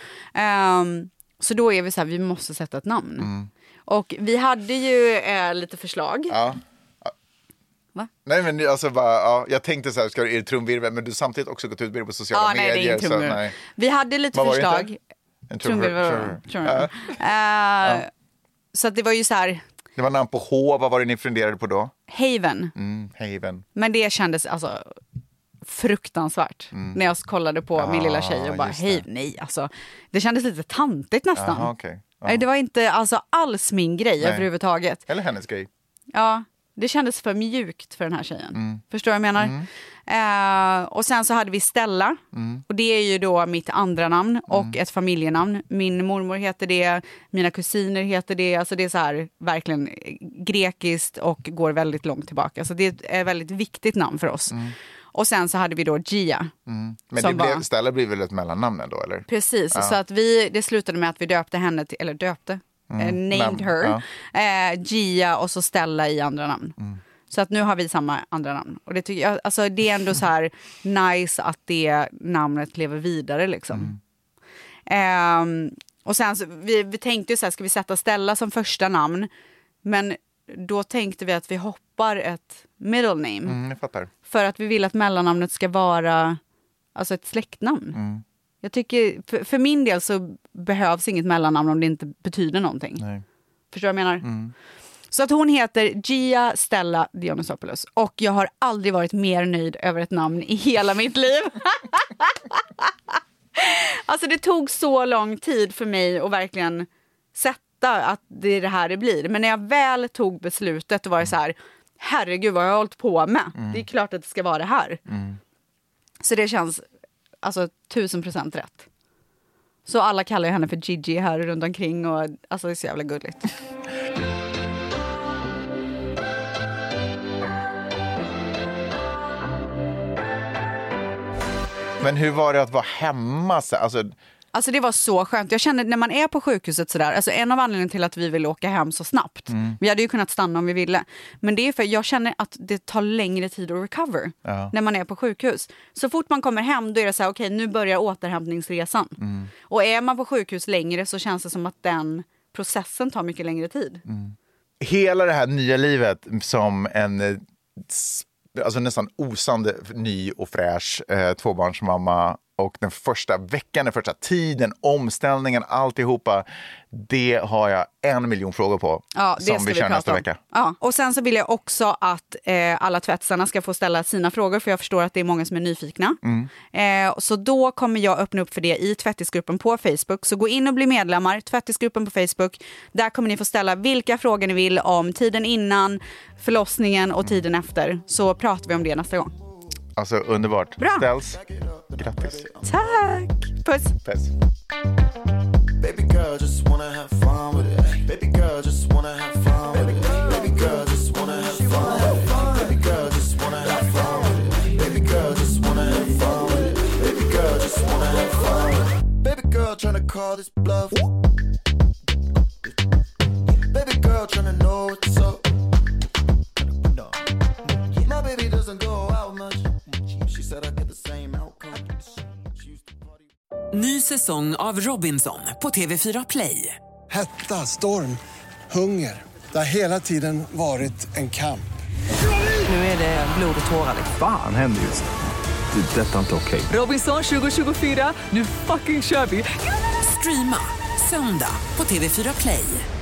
Så då är vi så här, vi måste sätta ett namn. Och vi hade ju lite förslag. Ja. Va? Nej men alltså bara, jag tänkte så här, är det trumvirvel, men du samtidigt också gått ut på sociala medier. Nej, det är ingen trumvirvel. Vi hade lite förslag. En trumvirvel. Så att det var ju så här. Det var namn på H, vad var det ni funderade på då? Haven. Haven. Men det kändes alltså fruktansvärt när jag kollade på min lilla tjej och bara nej, alltså det kändes lite tantigt nästan. Okay. Det var inte alltså alls min grej överhuvudtaget. Eller hennes grej. Ja, det kändes för mjukt för den här tjejen. Förstår du vad jag menar? Och sen så hade vi Stella. Och det är ju då mitt andra namn och ett familjenamn. Min mormor heter det, mina kusiner heter det. Alltså det är så här verkligen grekiskt och går väldigt långt tillbaka. Så det är ett väldigt viktigt namn för oss. Och sen så hade vi då Gia. Men Stella blir väl ett mellannamn då, eller? Precis, så att det slutade med att vi döpte henne till, eller named her, Gia och så Stella i andra namn. Så att nu har vi samma andra namn. Och det tycker jag, alltså det är ändå så här nice att det namnet lever vidare liksom. Och sen så, vi tänkte ju så här, ska vi sätta Stella som första namn? Men då tänkte vi att vi hoppar ett middle name. Jag fattar. För att vi vill att mellannamnet ska vara alltså ett släktnamn. Jag tycker, för min del så behövs inget mellannamn om det inte betyder någonting. Nej. Förstår du vad jag menar? Så att hon heter Gia Stella Dionysopoulos. Och jag har aldrig varit mer nöjd över ett namn i hela mitt liv. Alltså det tog så lång tid för mig att verkligen sätta att det är det här det blir. Men när jag väl tog beslutet då var det så här, herregud vad jag har hållit på med. Det är klart att det ska vara det här. Så det känns alltså 1000% rätt. Så alla kallar henne för Gigi här runt omkring och alltså det är så jävla gulligt. Men hur var det att vara hemma? Alltså det var så skönt. Jag kände när man är på sjukhuset sådär, alltså en av anledningarna till att vi vill åka hem så snabbt. Vi hade ju kunnat stanna om vi ville. Men det är för jag känner att det tar längre tid att recover när man är på sjukhus. Så fort man kommer hem då är det så här, okej, nu börjar återhämtningsresan. Och är man på sjukhus längre så känns det som att den processen tar mycket längre tid. Hela det här nya livet som en alltså nästan osande ny och fräsch tvåbarnsmamma och den första veckan, den första tiden, omställningen, alltihopa, det har jag 1 miljon frågor på som vi kör nästa vecka. Ja. Och sen så vill jag också att alla tvättsarna ska få ställa sina frågor för jag förstår att det är många som är nyfikna. Så då kommer jag öppna upp för det i tvättisgruppen på Facebook. Så gå in och bli medlemmar, tvättisgruppen på Facebook. Där kommer ni få ställa vilka frågor ni vill om tiden innan, förlossningen och tiden efter. Så pratar vi om det nästa gång. Alltså underbart. Bra. Ställs. Grattis. Tack. Puss. Puss. Baby girl just wanna have fun with it. Baby girl just wanna have fun with it. Baby girl just wanna have fun with it. Baby girl just wanna have fun with it. Baby girl just wanna have fun with it. Baby girl just wanna have fun with it. Baby girl tryna call this bluff. Baby girl tryna know what's up. My baby doesn't go out much. She said I get the same outcome. Ny säsong av Robinson på TV4 Play. Hetta, storm, hunger. Det har hela tiden varit en kamp. Nu är det blod och tårar. Fan händer just det. Det är detta inte okej. Robinson 2024, nu fucking kör vi. Streama söndag på TV4 Play.